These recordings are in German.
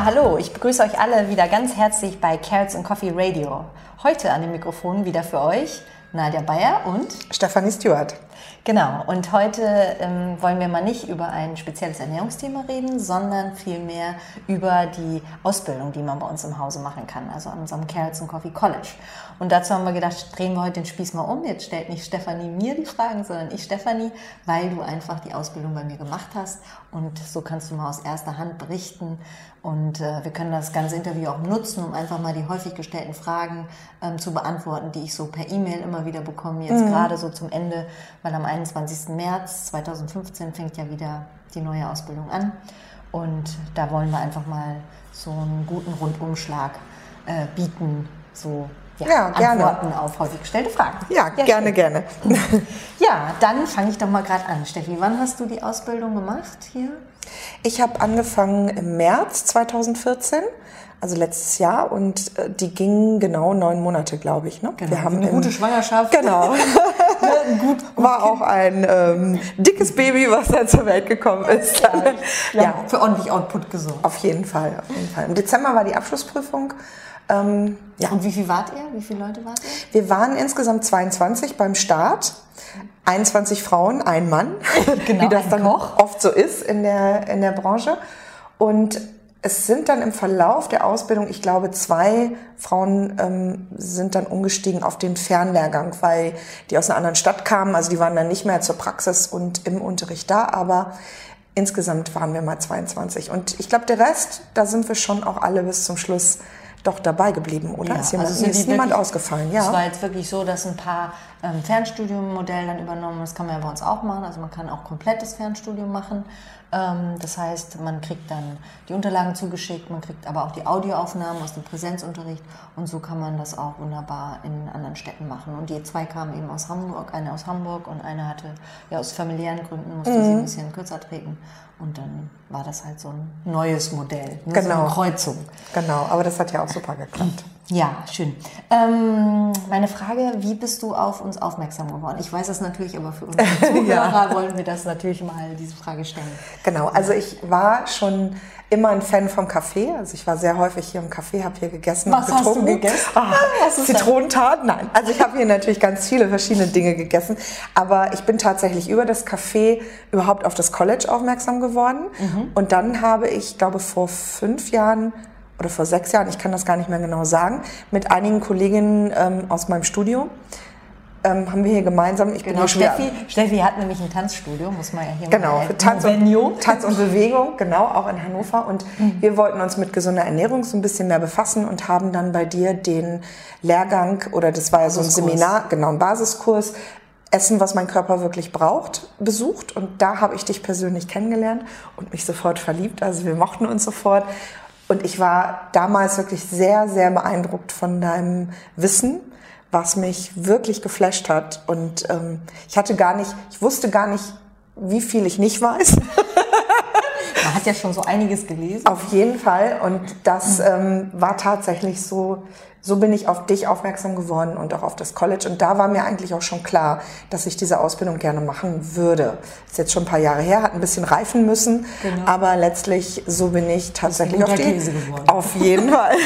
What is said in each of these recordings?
hallo, ich begrüße euch alle wieder ganz herzlich bei Carrots and Coffee Radio. Heute an den Mikrofonen wieder für euch Nadja Bayer und Stefanie Stewart. Genau, und heute wollen wir mal nicht über ein spezielles Ernährungsthema reden, sondern vielmehr über die Ausbildung, die man bei uns im Hause machen kann, also an unserem Carrots and Coffee College. Und dazu haben wir gedacht, drehen wir heute den Spieß mal um. Jetzt stellt nicht Stefanie mir die Fragen, sondern ich Stefanie, weil du einfach die Ausbildung bei mir gemacht hast. Und so kannst du mal aus erster Hand berichten. Und wir können das ganze Interview auch nutzen, um einfach mal die häufig gestellten Fragen zu beantworten, die ich so per E-Mail immer wieder bekomme. Jetzt gerade so zum Ende, weil am 21. März 2015 fängt ja wieder die neue Ausbildung an. Und da wollen wir einfach mal so einen guten Rundumschlag bieten, so Antworten auf häufig gestellte Fragen. Ja, gerne, gerne. Ja, dann fange ich doch mal gerade an. Steffi, wann hast du die Ausbildung gemacht hier? Ich habe angefangen im März 2014, also letztes Jahr, und die ging genau 9 Monate, glaube ich. Ne? Genau, wir haben eine gute Schwangerschaft. Genau. gut war auch ein dickes Baby, was da zur Welt gekommen ist. Ja, für ordentlich Output gesorgt. Auf jeden Fall, auf jeden Fall. Im Dezember war die Abschlussprüfung. Ja. Und wie viel wart ihr? Wie viele Leute wart ihr? Wir waren insgesamt 22 beim Start. 21 Frauen, ein Mann, genau, wie das dann oft so ist in der Branche. Und es sind dann im Verlauf der Ausbildung, ich glaube, 2 Frauen sind dann umgestiegen auf den Fernlehrgang, weil die aus einer anderen Stadt kamen. Also die waren dann nicht mehr zur Praxis und im Unterricht da, aber insgesamt waren wir mal 22. Und ich glaube, der Rest, da sind wir schon auch alle bis zum Schluss doch dabei geblieben, oder? Ja, ist niemand ausgefallen, ja? Es war jetzt wirklich so, dass ein paar Fernstudiummodelle dann übernommen, das kann man ja bei uns auch machen, also man kann auch komplettes Fernstudium machen. Das heißt, man kriegt dann die Unterlagen zugeschickt, man kriegt aber auch die Audioaufnahmen aus dem Präsenzunterricht und so kann man das auch wunderbar in anderen Städten machen. Und die 2 kamen eben aus Hamburg, eine aus Hamburg und eine hatte ja aus familiären Gründen, musste sie ein bisschen kürzer treten. Und dann war das halt so ein neues Modell, ne? Genau. So eine Kreuzung. Genau, aber das hat ja auch super geklappt. Ja, schön. Meine Frage, wie bist du auf uns aufmerksam geworden? Ich weiß es natürlich, aber für unsere Zuhörer wollen wir das natürlich mal, diese Frage stellen. Genau, also ich war schon immer ein Fan vom Kaffee. Also ich war sehr häufig hier im Café, habe hier gegessen und getrunken. Was hast du gegessen? Zitronentat? Nein. Also ich habe hier natürlich ganz viele verschiedene Dinge gegessen. Aber ich bin tatsächlich über das Café überhaupt auf das College aufmerksam geworden. Und dann habe ich, glaube vor 5 Jahren oder vor 6 Jahren, ich kann das gar nicht mehr genau sagen, mit einigen Kolleginnen aus meinem Studium haben wir hier gemeinsam, Steffi hat nämlich ein Tanzstudio, muss man ja hier genau, mal für Tanz und Bewegung, genau, auch in Hannover. Und wir wollten uns mit gesunder Ernährung so ein bisschen mehr befassen und haben dann bei dir den Lehrgang, oder das war ja so ein Seminar, genau, ein Basiskurs, Essen, was mein Körper wirklich braucht, besucht. Und da habe ich dich persönlich kennengelernt und mich sofort verliebt. Also wir mochten uns sofort. Und ich war damals wirklich sehr, sehr beeindruckt von deinem Wissen, was mich wirklich geflasht hat. Und ich wusste gar nicht, wie viel ich nicht weiß. Man hat ja schon so einiges gelesen. Auf jeden Fall. Und das war tatsächlich so bin ich auf dich aufmerksam geworden und auch auf das College. Und da war mir eigentlich auch schon klar, dass ich diese Ausbildung gerne machen würde. Ist jetzt schon ein paar Jahre her, hat ein bisschen reifen müssen. Genau. Aber letztlich, so bin ich tatsächlich auf Käse geworden. Auf jeden Fall.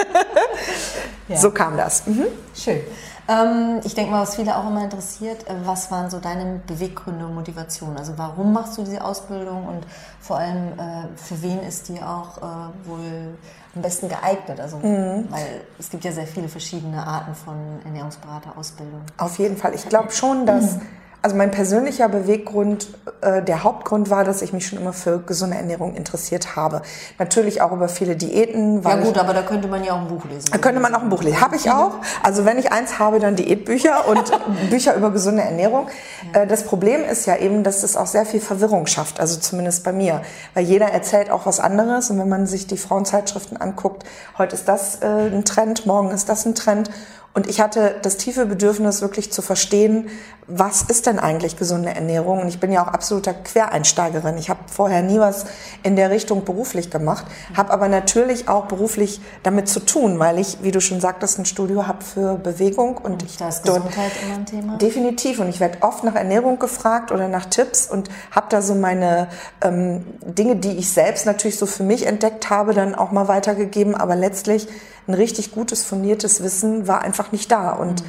Ja. So kam das. Schön. Ich denke mal, was viele auch immer interessiert, was waren so deine Beweggründe und Motivationen? Also warum machst du diese Ausbildung und vor allem für wen ist die auch wohl am besten geeignet? Also weil es gibt ja sehr viele verschiedene Arten von Ernährungsberaterausbildung. Auf jeden Fall. Ich glaube schon, dass also mein persönlicher Beweggrund, der Hauptgrund war, dass ich mich schon immer für gesunde Ernährung interessiert habe. Natürlich auch über viele Diäten. Ja gut, aber da könnte man ja auch ein Buch lesen. Da könnte man auch ein Buch lesen. Habe ich auch. Also wenn ich eins habe, dann Diätbücher und Bücher über gesunde Ernährung. Ja. Das Problem ist ja eben, dass es auch sehr viel Verwirrung schafft, also zumindest bei mir. Weil jeder erzählt auch was anderes und wenn man sich die Frauenzeitschriften anguckt, heute ist das ein Trend, morgen ist das ein Trend. Und ich hatte das tiefe Bedürfnis, wirklich zu verstehen, was ist denn eigentlich gesunde Ernährung? Und ich bin ja auch absoluter Quereinsteigerin. Ich habe vorher nie was in der Richtung beruflich gemacht, habe aber natürlich auch beruflich damit zu tun, weil ich, wie du schon sagtest, ein Studio habe für Bewegung. Und da ist Gesundheit immer ein Thema? Definitiv. Und ich werde oft nach Ernährung gefragt oder nach Tipps und habe da so meine Dinge, die ich selbst natürlich so für mich entdeckt habe, dann auch mal weitergegeben. Aber letztlich ein richtig gutes, fundiertes Wissen war einfach nicht da. Und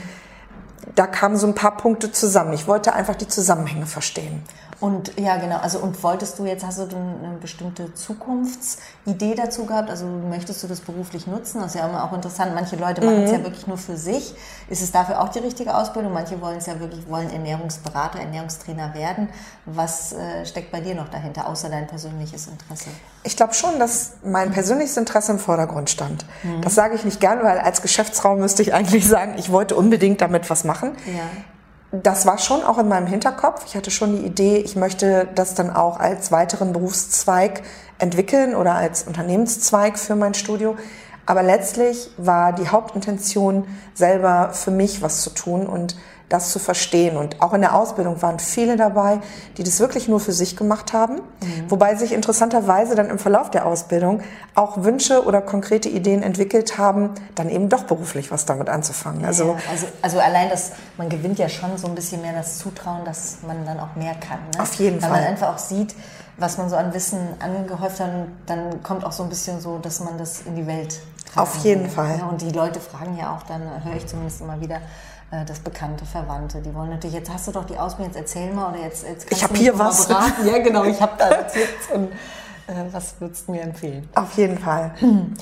da kamen so ein paar Punkte zusammen. Ich wollte einfach die Zusammenhänge verstehen. Und ja, genau. Also und wolltest du jetzt, hast du eine bestimmte Zukunftsidee dazu gehabt? Also möchtest du das beruflich nutzen? Das ist ja immer auch interessant. Manche Leute machen es ja wirklich nur für sich. Ist es dafür auch die richtige Ausbildung? Manche wollen es ja wirklich, wollen Ernährungsberater, Ernährungstrainer werden. Was steckt bei dir noch dahinter, außer dein persönliches Interesse? Ich glaube schon, dass mein persönliches Interesse im Vordergrund stand. Das sage ich nicht gern, weil als Geschäftsfrau müsste ich eigentlich sagen, ich wollte unbedingt damit was machen. Ja. Das war schon auch in meinem Hinterkopf. Ich hatte schon die Idee, ich möchte das dann auch als weiteren Berufszweig entwickeln oder als Unternehmenszweig für mein Studio. Aber letztlich war die Hauptintention, selber für mich was zu tun und das zu verstehen. Und auch in der Ausbildung waren viele dabei, die das wirklich nur für sich gemacht haben. Wobei sich interessanterweise dann im Verlauf der Ausbildung auch Wünsche oder konkrete Ideen entwickelt haben, dann eben doch beruflich was damit anzufangen. Also allein das, man gewinnt ja schon so ein bisschen mehr das Zutrauen, dass man dann auch mehr kann. Ne? Auf jeden Fall. Weil man einfach auch sieht, was man so an Wissen angehäuft hat, und dann kommt auch so ein bisschen so, dass man das in die Welt tragen Auf jeden will. Fall. Ja, und die Leute fragen ja auch dann, höre ich zumindest immer wieder, das Bekannte, Verwandte, die wollen natürlich, jetzt hast du doch die Ausbildung, jetzt erzähl mal, oder jetzt kannst ich habe du hier mal was. beraten. Ja, genau, ich habe da jetzt und was würdest du mir empfehlen? Auf jeden Fall.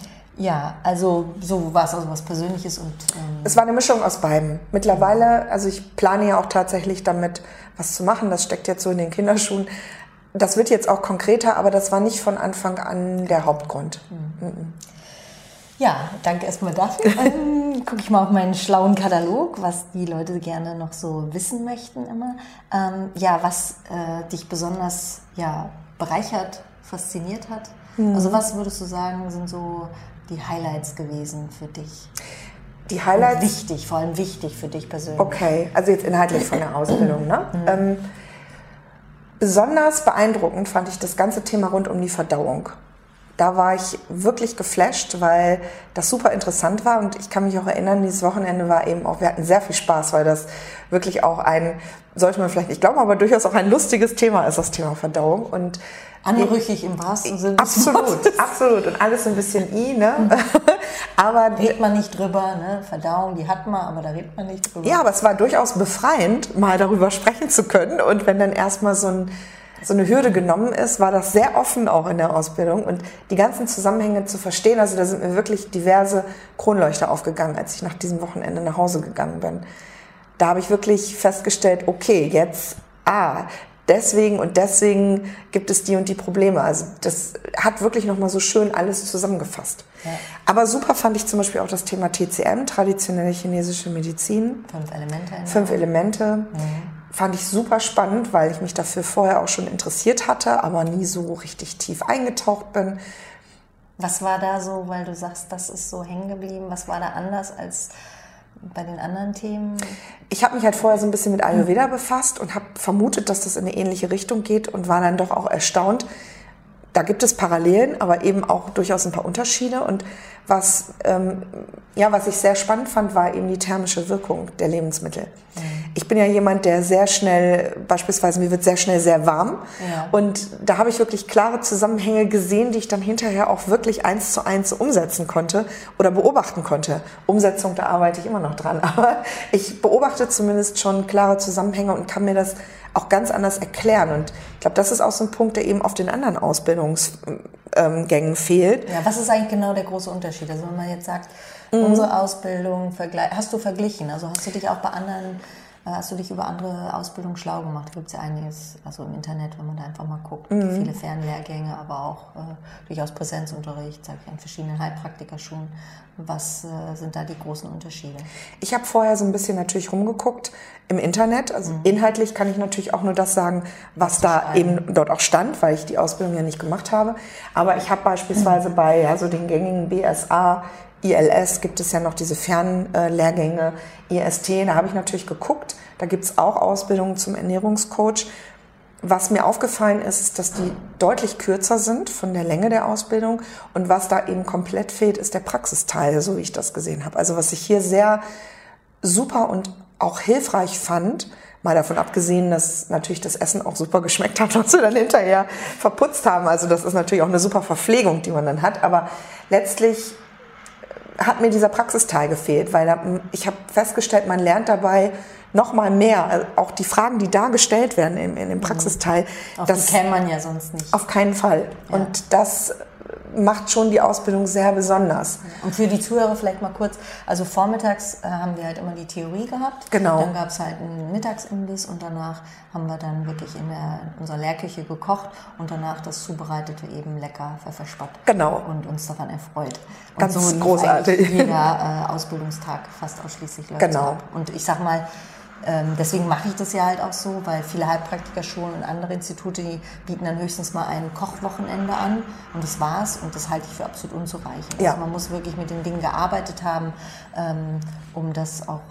Ja, also so war es also was Persönliches und... Es war eine Mischung aus beiden. Mittlerweile, also ich plane ja auch tatsächlich damit was zu machen, das steckt jetzt so in den Kinderschuhen. Das wird jetzt auch konkreter, aber das war nicht von Anfang an der Hauptgrund. Ja, danke erstmal dafür. Gucke ich mal auf meinen schlauen Katalog, was die Leute gerne noch so wissen möchten immer. Was dich besonders bereichert, fasziniert hat. Also was würdest du sagen, sind so die Highlights gewesen für dich? Die Highlights? Wichtig, vor allem wichtig für dich persönlich. Okay, also jetzt inhaltlich von der Ausbildung, ne? Besonders beeindruckend fand ich das ganze Thema rund um die Verdauung. Da war ich wirklich geflasht, weil das super interessant war, und ich kann mich auch erinnern, dieses Wochenende war eben auch, wir hatten sehr viel Spaß, weil das wirklich auch sollte man vielleicht nicht glauben, aber durchaus auch ein lustiges Thema ist, das Thema Verdauung. Und anrüchig im wahrsten Sinne. Absolut. Und alles ein bisschen ne? Aber redet man nicht drüber, ne? Verdauung, die hat man, aber da redet man nicht drüber. Ja, aber es war durchaus befreiend, mal darüber sprechen zu können. Und wenn dann erstmal so eine Hürde genommen ist, war das sehr offen auch in der Ausbildung. Und die ganzen Zusammenhänge zu verstehen, also da sind mir wirklich diverse Kronleuchter aufgegangen, als ich nach diesem Wochenende nach Hause gegangen bin. Da habe ich wirklich festgestellt, okay, jetzt, deswegen gibt es die und die Probleme. Also das hat wirklich nochmal so schön alles zusammengefasst. Ja. Aber super fand ich zum Beispiel auch das Thema TCM, traditionelle chinesische Medizin. 5 Elemente. Fand ich super spannend, weil ich mich dafür vorher auch schon interessiert hatte, aber nie so richtig tief eingetaucht bin. Was war da so, weil du sagst, das ist so hängen geblieben, was war da anders als bei den anderen Themen? Ich habe mich halt vorher so ein bisschen mit Ayurveda befasst und habe vermutet, dass das in eine ähnliche Richtung geht, und war dann doch auch erstaunt. Da gibt es Parallelen, aber eben auch durchaus ein paar Unterschiede. Und was ich sehr spannend fand, war eben die thermische Wirkung der Lebensmittel. Ich bin ja jemand, der sehr schnell, beispielsweise mir wird sehr schnell sehr warm. Ja. Und da habe ich wirklich klare Zusammenhänge gesehen, die ich dann hinterher auch wirklich 1:1 umsetzen konnte oder beobachten konnte. Umsetzung, da arbeite ich immer noch dran. Aber ich beobachte zumindest schon klare Zusammenhänge und kann mir das auch ganz anders erklären. Und ich glaube, das ist auch so ein Punkt, der eben auf den anderen Ausbildungsgängen fehlt. Ja, was ist eigentlich genau der große Unterschied? Also wenn man jetzt sagt, unsere Ausbildung, hast du verglichen? Also hast du dich auch hast du dich über andere Ausbildungen schlau gemacht? Da gibt es ja einiges, also im Internet, wenn man da einfach mal guckt. Viele Fernlehrgänge, aber auch durchaus Präsenzunterricht, sage ich, an verschiedenen Heilpraktikerschulen. Was sind da die großen Unterschiede? Ich habe vorher so ein bisschen natürlich rumgeguckt im Internet. Also inhaltlich kann ich natürlich auch nur das sagen, was da eben dort auch stand, weil ich die Ausbildung ja nicht gemacht habe. Aber ich habe beispielsweise bei so den gängigen BSA ILS gibt es ja noch diese Fernlehrgänge, IST, da habe ich natürlich geguckt. Da gibt es auch Ausbildungen zum Ernährungscoach. Was mir aufgefallen ist, dass die deutlich kürzer sind von der Länge der Ausbildung. Und was da eben komplett fehlt, ist der Praxisteil, so wie ich das gesehen habe. Also was ich hier sehr super und auch hilfreich fand, mal davon abgesehen, dass natürlich das Essen auch super geschmeckt hat, was wir dann hinterher verputzt haben. Also das ist natürlich auch eine super Verpflegung, die man dann hat. Aber letztlich hat mir dieser Praxisteil gefehlt, weil ich habe festgestellt, man lernt dabei noch mal mehr. Also auch die Fragen, die da gestellt werden in dem Praxisteil. Das kennt man ja sonst nicht. Auf keinen Fall. Ja. Und das macht schon die Ausbildung sehr besonders. Und für die Zuhörer vielleicht mal kurz, also vormittags haben wir halt immer die Theorie gehabt. Genau. Dann gab es halt einen Mittagsimbiss und danach haben wir dann wirklich in unserer Lehrküche gekocht und danach das zubereitete eben lecker Pfefferspott. Genau. Und uns daran erfreut. Und ganz so großartig. Jeder Ausbildungstag fast ausschließlich läuft genau. ab. Und ich sag mal, deswegen mache ich das ja halt auch so, weil viele Heilpraktikerschulen und andere Institute, die bieten dann höchstens mal ein Kochwochenende an und das war's und das halte ich für absolut unzureichend. Ja. Also man muss wirklich mit den Dingen gearbeitet haben, um das auch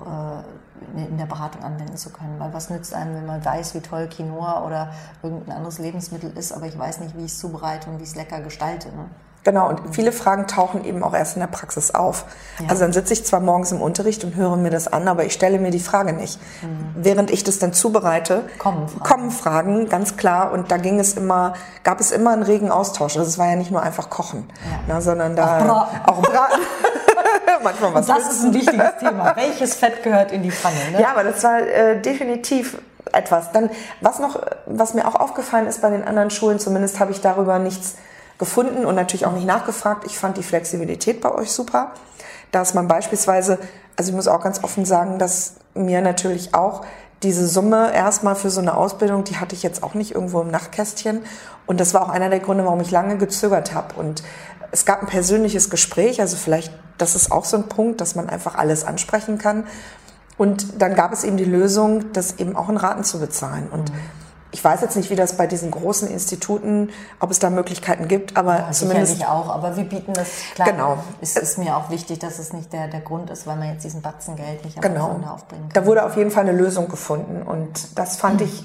in der Beratung anwenden zu können. Weil was nützt einem, wenn man weiß, wie toll Quinoa oder irgendein anderes Lebensmittel ist, aber ich weiß nicht, wie ich es zubereite und wie ich es lecker gestalte. Ne? Genau, und viele Fragen tauchen eben auch erst in der Praxis auf. Ja. Also dann sitze ich zwar morgens im Unterricht und höre mir das an, aber ich stelle mir die Frage nicht. Während ich das dann zubereite, kommen Fragen, ganz klar. Und da gab es immer einen regen Austausch. Also es war ja nicht nur einfach Kochen, sondern da auch Braten. Manchmal was. Das ist ein wichtiges Thema. Welches Fett gehört in die Pfanne? Ne? Ja, aber das war definitiv etwas. Dann, was mir auch aufgefallen ist bei den anderen Schulen, zumindest habe ich darüber nichts gefunden und natürlich auch nicht nachgefragt. Ich fand die Flexibilität bei euch super, dass man beispielsweise, also ich muss auch ganz offen sagen, dass mir natürlich auch diese Summe erstmal für so eine Ausbildung, die hatte ich jetzt auch nicht irgendwo im Nachtkästchen und das war auch einer der Gründe, warum ich lange gezögert habe und es gab ein persönliches Gespräch, also vielleicht, das ist auch so ein Punkt, dass man einfach alles ansprechen kann und dann gab es eben die Lösung, das eben auch in Raten zu bezahlen und ich weiß jetzt nicht, wie das bei diesen großen Instituten, ob es da Möglichkeiten gibt, aber ja, zumindest... Sicherlich auch, aber wir bieten das, klar, genau. Es ist mir auch wichtig, dass es nicht der Grund ist, weil man jetzt diesen Batzen Geld nicht am Anfang da aufbringen kann. Da wurde auf jeden Fall eine Lösung gefunden und das fand ich...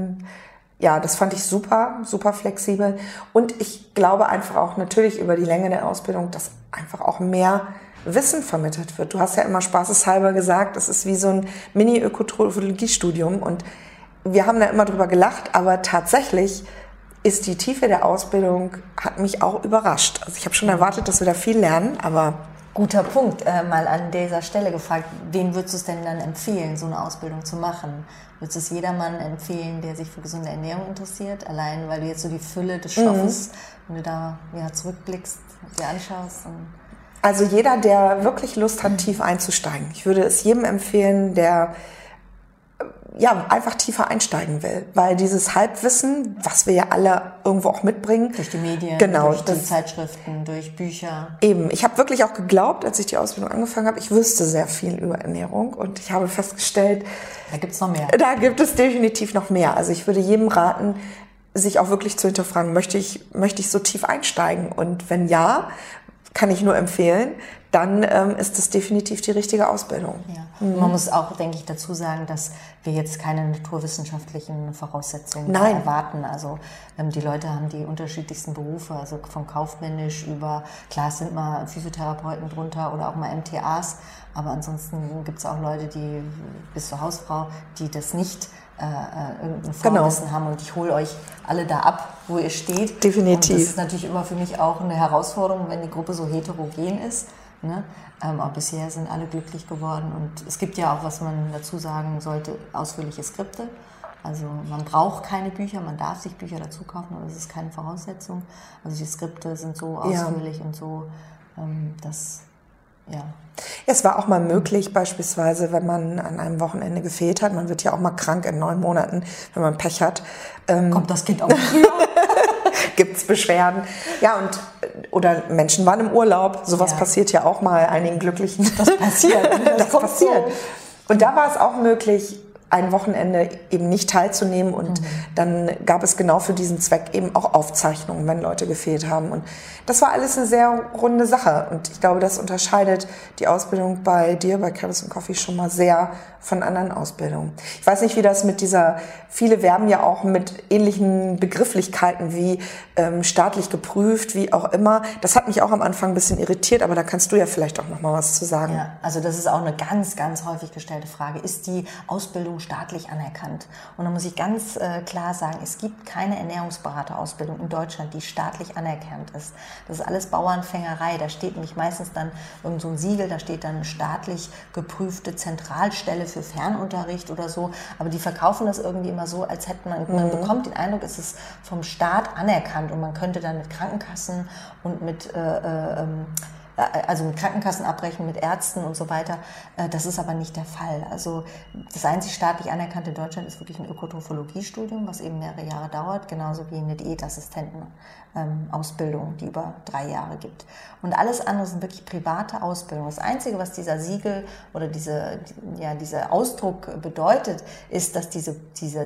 das fand ich super, super flexibel. Und ich glaube einfach auch natürlich über die Länge der Ausbildung, dass einfach auch mehr Wissen vermittelt wird. Du hast ja immer spaßeshalber gesagt, das ist wie so ein Mini-Ökotrophologie-Studium und wir haben da immer drüber gelacht, aber tatsächlich ist die Tiefe der Ausbildung, hat mich auch überrascht. Also ich habe schon erwartet, dass wir da viel lernen, aber... Guter Punkt, mal an dieser Stelle gefragt, wem würdest du es denn dann empfehlen, so eine Ausbildung zu machen? Würdest du es jedermann empfehlen, der sich für gesunde Ernährung interessiert? Allein, weil du jetzt so die Fülle des Stoffes, wenn du da zurückblickst, dir anschaust? Also jeder, der wirklich Lust hat, tief einzusteigen. Ich würde es jedem empfehlen, der einfach tiefer einsteigen will. Weil dieses Halbwissen, was wir ja alle irgendwo auch mitbringen. Durch die Medien, genau, durch die Zeitschriften, durch Bücher. Eben. Ich habe wirklich auch geglaubt, als ich die Ausbildung angefangen habe, ich wüsste sehr viel über Ernährung. Und ich habe festgestellt, da gibt es noch mehr. Da gibt es definitiv noch mehr. Also ich würde jedem raten, sich auch wirklich zu hinterfragen, möchte ich so tief einsteigen? Und wenn ja, kann ich nur empfehlen, dann ist es definitiv die richtige Ausbildung. Ja. Man muss auch, denke ich, dazu sagen, dass wir jetzt keine naturwissenschaftlichen Voraussetzungen erwarten. Also die Leute haben die unterschiedlichsten Berufe, also von kaufmännisch über, klar es sind mal Physiotherapeuten drunter oder auch mal MTAs, aber ansonsten gibt es auch Leute, die bis zur Hausfrau, die das nicht irgendein Vorwissen haben und ich hole euch alle da ab, wo ihr steht. Definitiv. Und das ist natürlich immer für mich auch eine Herausforderung, wenn die Gruppe so heterogen ist. Ne? Aber bisher sind alle glücklich geworden und es gibt ja auch, was man dazu sagen sollte, ausführliche Skripte. Also man braucht keine Bücher, man darf sich Bücher dazu kaufen, aber das ist keine Voraussetzung. Also die Skripte sind so ausführlich und so, dass... Ja. Es war auch mal möglich, beispielsweise, wenn man an einem Wochenende gefehlt hat, man wird ja auch mal krank in 9 Monaten, wenn man Pech hat. Kommt das Kind auch früher? Gibt's Beschwerden. Ja, oder Menschen waren im Urlaub, sowas passiert ja auch mal einigen Glücklichen. Das passiert. Das passiert. Und da war es auch möglich, ein Wochenende eben nicht teilzunehmen und dann gab es genau für diesen Zweck eben auch Aufzeichnungen, wenn Leute gefehlt haben und das war alles eine sehr runde Sache und ich glaube, das unterscheidet die Ausbildung bei dir, bei Carrots & Coffee schon mal sehr von anderen Ausbildungen. Ich weiß nicht, wie das mit viele werben ja auch mit ähnlichen Begrifflichkeiten wie staatlich geprüft, wie auch immer. Das hat mich auch am Anfang ein bisschen irritiert, aber da kannst du ja vielleicht auch noch mal was zu sagen. Ja, also das ist auch eine ganz, ganz häufig gestellte Frage. Ist die Ausbildung staatlich anerkannt? Und da muss ich ganz klar sagen, es gibt keine Ernährungsberaterausbildung in Deutschland, die staatlich anerkannt ist. Das ist alles Bauernfängerei. Da steht nämlich meistens dann irgend so ein Siegel, da steht dann eine staatlich geprüfte Zentralstelle für Fernunterricht oder so. Aber die verkaufen das irgendwie immer so, als hätte man bekommt den Eindruck, es ist vom Staat anerkannt und man könnte dann mit Krankenkassen und mit Krankenkassen abrechnen, mit Ärzten und so weiter. Das ist aber nicht der Fall. Also das einzig staatlich anerkannte in Deutschland ist wirklich ein Ökotrophologie-Studium, was eben mehrere Jahre dauert, genauso wie eine Diätassistenten-Ausbildung, die über 3 Jahre gibt. Und alles andere sind wirklich private Ausbildungen. Das Einzige, was dieser Siegel oder dieser Ausdruck bedeutet, ist, dass dieses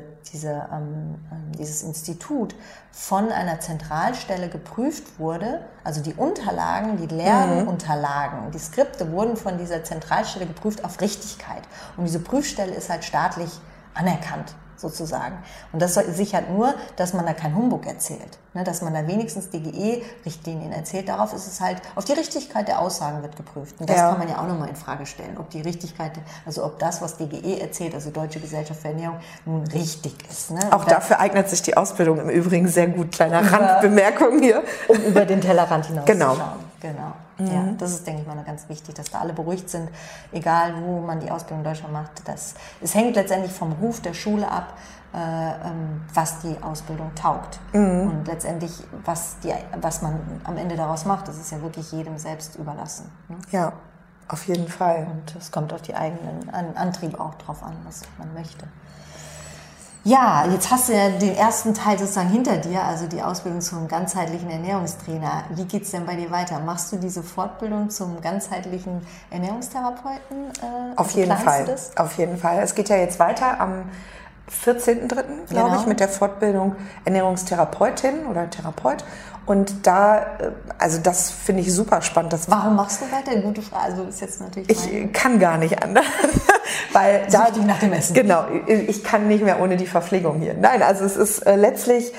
Institut von einer Zentralstelle geprüft wurde. Also die Unterlagen, die Lernunterlagen, die Skripte wurden von dieser Zentralstelle geprüft auf Richtigkeit. Und diese Prüfstelle ist halt staatlich anerkannt, sozusagen. Und das sichert nur, dass man da kein Humbug erzählt, ne, dass man da wenigstens DGE-Richtlinien erzählt. Darauf ist es halt, auf die Richtigkeit der Aussagen wird geprüft. Und das kann man ja auch nochmal in Frage stellen, ob die Richtigkeit, also ob das, was DGE erzählt, also Deutsche Gesellschaft für Ernährung, nun richtig ist. Ne? Auch dafür eignet sich die Ausbildung im Übrigen sehr gut. Kleiner Randbemerkung hier. Um über den Tellerrand hinaus zu schauen. Genau. Ja, das ist, denke ich mal, ganz wichtig, dass da alle beruhigt sind, egal wo man die Ausbildung in Deutschland macht. Es hängt letztendlich vom Ruf der Schule ab, was die Ausbildung taugt. Und letztendlich, was man am Ende daraus macht, das ist ja wirklich jedem selbst überlassen. Ne? Ja, auf jeden Fall. Und es kommt auf die eigenen Antrieb auch drauf an, was man möchte. Ja, jetzt hast du ja den ersten Teil sozusagen hinter dir, also die Ausbildung zum ganzheitlichen Ernährungstrainer. Wie geht's denn bei dir weiter? Machst du diese Fortbildung zum ganzheitlichen Ernährungstherapeuten? Auf jeden Fall. Auf jeden Fall. Es geht ja jetzt weiter am 14.3., glaube ich, mit der Fortbildung Ernährungstherapeutin oder Therapeut. Und da, also das finde ich super spannend. Warum machst du weiter? Gute Frage. Also ist jetzt natürlich. Ich kann gar nicht anders. Weil Süchtig nach dem Essen. Genau, ich kann nicht mehr ohne die Verpflegung hier. Nein, also es ist letztlich,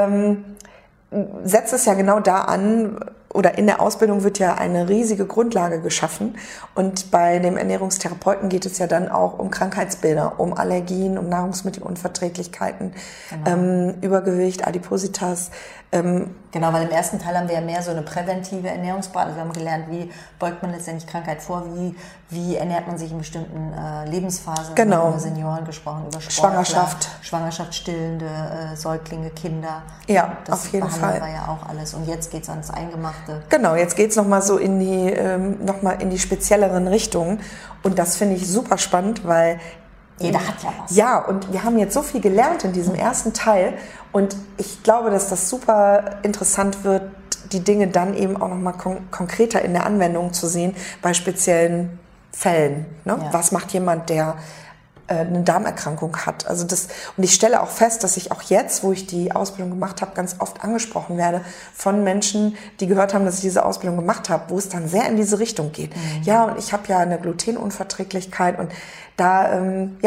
setzt es ja genau da an, oder in der Ausbildung wird ja eine riesige Grundlage geschaffen und bei dem Ernährungstherapeuten geht es ja dann auch um Krankheitsbilder, um Allergien, um Nahrungsmittelunverträglichkeiten, Übergewicht, Adipositas. Genau, weil im ersten Teil haben wir ja mehr so eine präventive Ernährungsberatung. Wir haben gelernt, wie beugt man letztendlich Krankheit vor, wie ernährt man sich in bestimmten Lebensphasen. Genau. Wir haben über Senioren gesprochen, über Sportler, Schwangerschaft, stillende Säuglinge, Kinder. Ja, auf jeden Fall. Das war ja auch alles. Und jetzt geht es ans Eingemachte. Genau, jetzt geht es nochmal so in die spezielleren Richtungen. Und das finde ich super spannend, weil jeder hat ja was. Ja, und wir haben jetzt so viel gelernt in diesem ersten Teil. Und ich glaube, dass das super interessant wird, die Dinge dann eben auch nochmal konkreter in der Anwendung zu sehen, bei speziellen Fällen. Ne? Ja. Was macht jemand, der eine Darmerkrankung hat? Also und ich stelle auch fest, dass ich auch jetzt, wo ich die Ausbildung gemacht habe, ganz oft angesprochen werde von Menschen, die gehört haben, dass ich diese Ausbildung gemacht habe, wo es dann sehr in diese Richtung geht. Ja, und ich habe ja eine Glutenunverträglichkeit und da,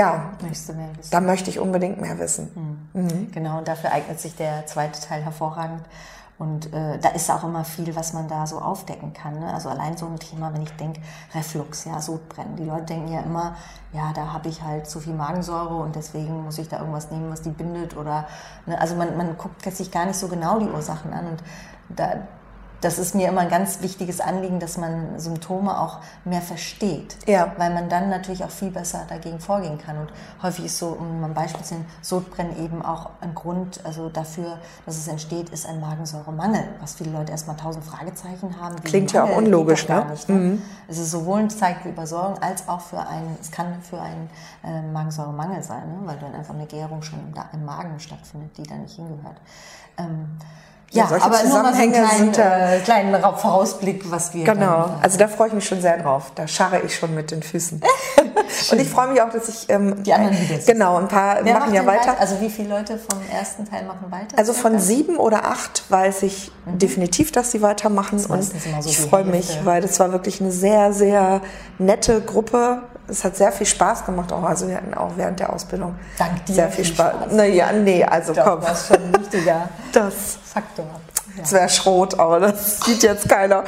da möchte ich unbedingt mehr wissen. Genau, und dafür eignet sich der zweite Teil hervorragend. Und da ist auch immer viel, was man da so aufdecken kann. Ne? Also allein so ein Thema, wenn ich denke, Reflux, ja, Sodbrennen. Die Leute denken ja immer, ja, da habe ich halt zu viel Magensäure und deswegen muss ich da irgendwas nehmen, was die bindet. Oder, ne? Also man guckt sich gar nicht so genau die Ursachen an. Und das ist mir immer ein ganz wichtiges Anliegen, dass man Symptome auch mehr versteht. Ja. Weil man dann natürlich auch viel besser dagegen vorgehen kann. Und häufig ist so, um mal ein Beispiel zu nennen, Sodbrennen eben auch ein Grund, also dafür, dass es entsteht, ist ein Magensäuremangel. Was viele Leute erstmal 1000 Fragezeichen haben. Klingt ja auch unlogisch, ne? Nicht, ne? Es ist sowohl ein Zeichen für Übersäuerung als auch es kann für einen Magensäuremangel sein, ne? Weil dann einfach eine Gärung schon im Magen stattfindet, die da nicht hingehört. Ja, solche aber Zusammenhänge nur mal so einen sind kleinen Vorausblick, was wir Genau, dann, also da freue ich mich schon sehr drauf. Da scharre ich schon mit den Füßen. Und ich freue mich auch, dass ich... die anderen wieder sind. Genau, ein paar Wer machen ja macht denn weiter. Also wie viele Leute vom ersten Teil machen weiter? Also von 7 oder 8 weiß ich definitiv, dass sie weitermachen. Das ist Und meistens immer so ich die freue mich, Hälfte. weil das war wirklich eine sehr, sehr nette Gruppe. Es hat sehr viel Spaß gemacht auch. Also wir hatten auch während der Ausbildung Dank dir sehr viel Spaß. Naja, nee, also Doch, komm. das ist schon ein wichtiger Das Faktor. Ja. wäre Schrot, aber das sieht jetzt keiner.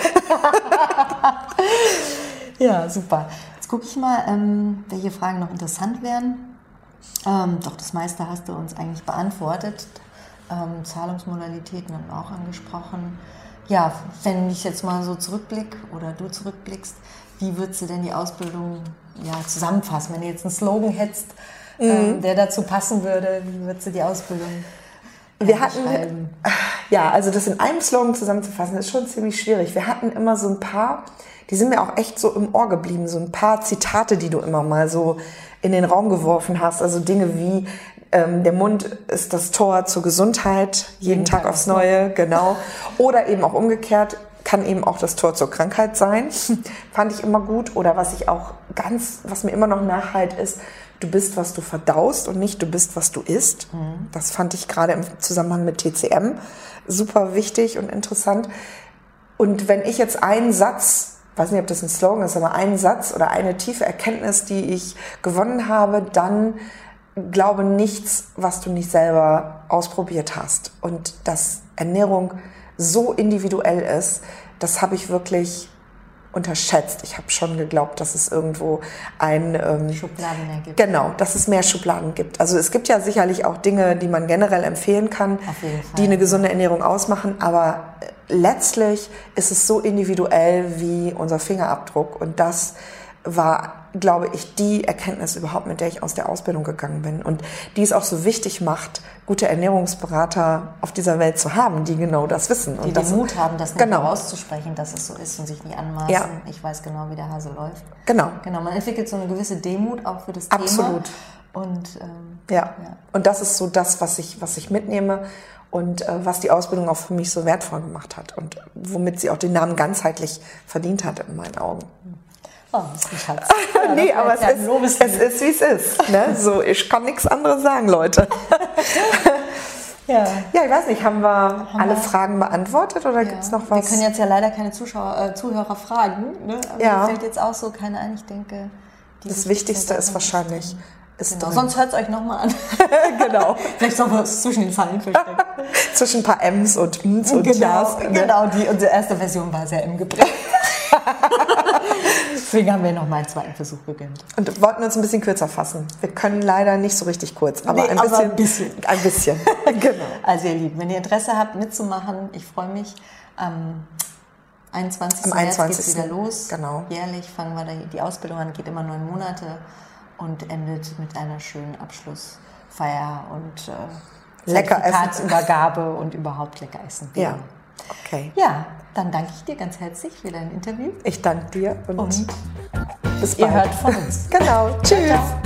Ja, super. Jetzt gucke ich mal, welche Fragen noch interessant wären. Doch, das meiste hast du uns eigentlich beantwortet. Zahlungsmodalitäten haben wir auch angesprochen. Ja, wenn ich jetzt mal so zurückblicke oder du zurückblickst, wie würdest du denn die Ausbildung zusammenfassen? Wenn du jetzt einen Slogan hättest, der dazu passen würde, wie würdest du die Ausbildung Wir hatten, beschreiben? ja, also das in einem Slogan zusammenzufassen, ist schon ziemlich schwierig. Wir hatten immer so ein paar, die sind mir auch echt so im Ohr geblieben, so ein paar Zitate, die du immer mal so in den Raum geworfen hast. Also Dinge wie, der Mund ist das Tor zur Gesundheit, jeden Tag aufs Neue, genau. Oder eben auch umgekehrt, kann eben auch das Tor zur Krankheit sein. Fand ich immer gut. Oder was mir immer noch nachhalt ist, du bist, was du verdaust und nicht du bist, was du isst. Das fand ich gerade im Zusammenhang mit TCM super wichtig und interessant. Und wenn ich jetzt einen Satz, weiß nicht, ob das ein Slogan ist, aber einen Satz oder eine tiefe Erkenntnis, die ich gewonnen habe, dann glaube nichts, was du nicht selber ausprobiert hast. Und dass Ernährung so individuell ist, das habe ich wirklich unterschätzt. Ich habe schon geglaubt, dass es irgendwo Schubladen mehr gibt. Genau, dass es mehr Schubladen gibt. Also es gibt ja sicherlich auch Dinge, die man generell empfehlen kann, Auf jeden Fall, die eine gesunde Ernährung ausmachen, aber letztlich ist es so individuell wie unser Fingerabdruck und das war, glaube ich, die Erkenntnis überhaupt, mit der ich aus der Ausbildung gegangen bin und die es auch so wichtig macht, gute Ernährungsberater auf dieser Welt zu haben, die genau das wissen. Die und das, den Mut haben, das nicht genau. auszusprechen, dass es so ist und sich nie anmaßen. Ja. Ich weiß genau, wie der Hase läuft. Genau. Genau, man entwickelt so eine gewisse Demut auch für das Absolut. Thema. Und Ja. Und das ist so das, was ich mitnehme und was die Ausbildung auch für mich so wertvoll gemacht hat und womit sie auch den Namen ganzheitlich verdient hat in meinen Augen. oh, ist ein Schatz. Nee, aber es ist, wie es ist. Ne? So, ich kann nichts anderes sagen, Leute. Ja. Ja, ich weiß nicht, haben wir alle Fragen beantwortet oder gibt es noch was? Wir können jetzt ja leider keine Zuhörer fragen. Ne? Aber Ja. mir fällt jetzt auch so keine ein. Ich denke, Das Wichtigste ist wahrscheinlich, ist genau. drin. Sonst hört es euch nochmal an. Genau. Vielleicht sollen wir es zwischen den Zeilen verstecken. Zwischen ein paar M's und M's und Genau, Ja's. Ne? genau, unsere erste Version war sehr im geprägt. Deswegen haben wir nochmal einen zweiten Versuch gegönnt. Und wollten uns ein bisschen kürzer fassen. Wir können leider nicht so richtig kurz, aber, Nee, ein bisschen. Ein bisschen. Genau. Also ihr Lieben, wenn ihr Interesse habt mitzumachen, ich freue mich. Am 21. März geht es wieder los. Genau. Jährlich fangen wir die Ausbildung an, geht immer 9 Monate und endet mit einer schönen Abschlussfeier und Lecker essen. Zertifikatsübergabe und überhaupt lecker essen. Ja. Okay. Ja, dann danke ich dir ganz herzlich für dein Interview. Ich danke dir und bis ihr bald. hört von uns. Genau. Tschüss. Ciao.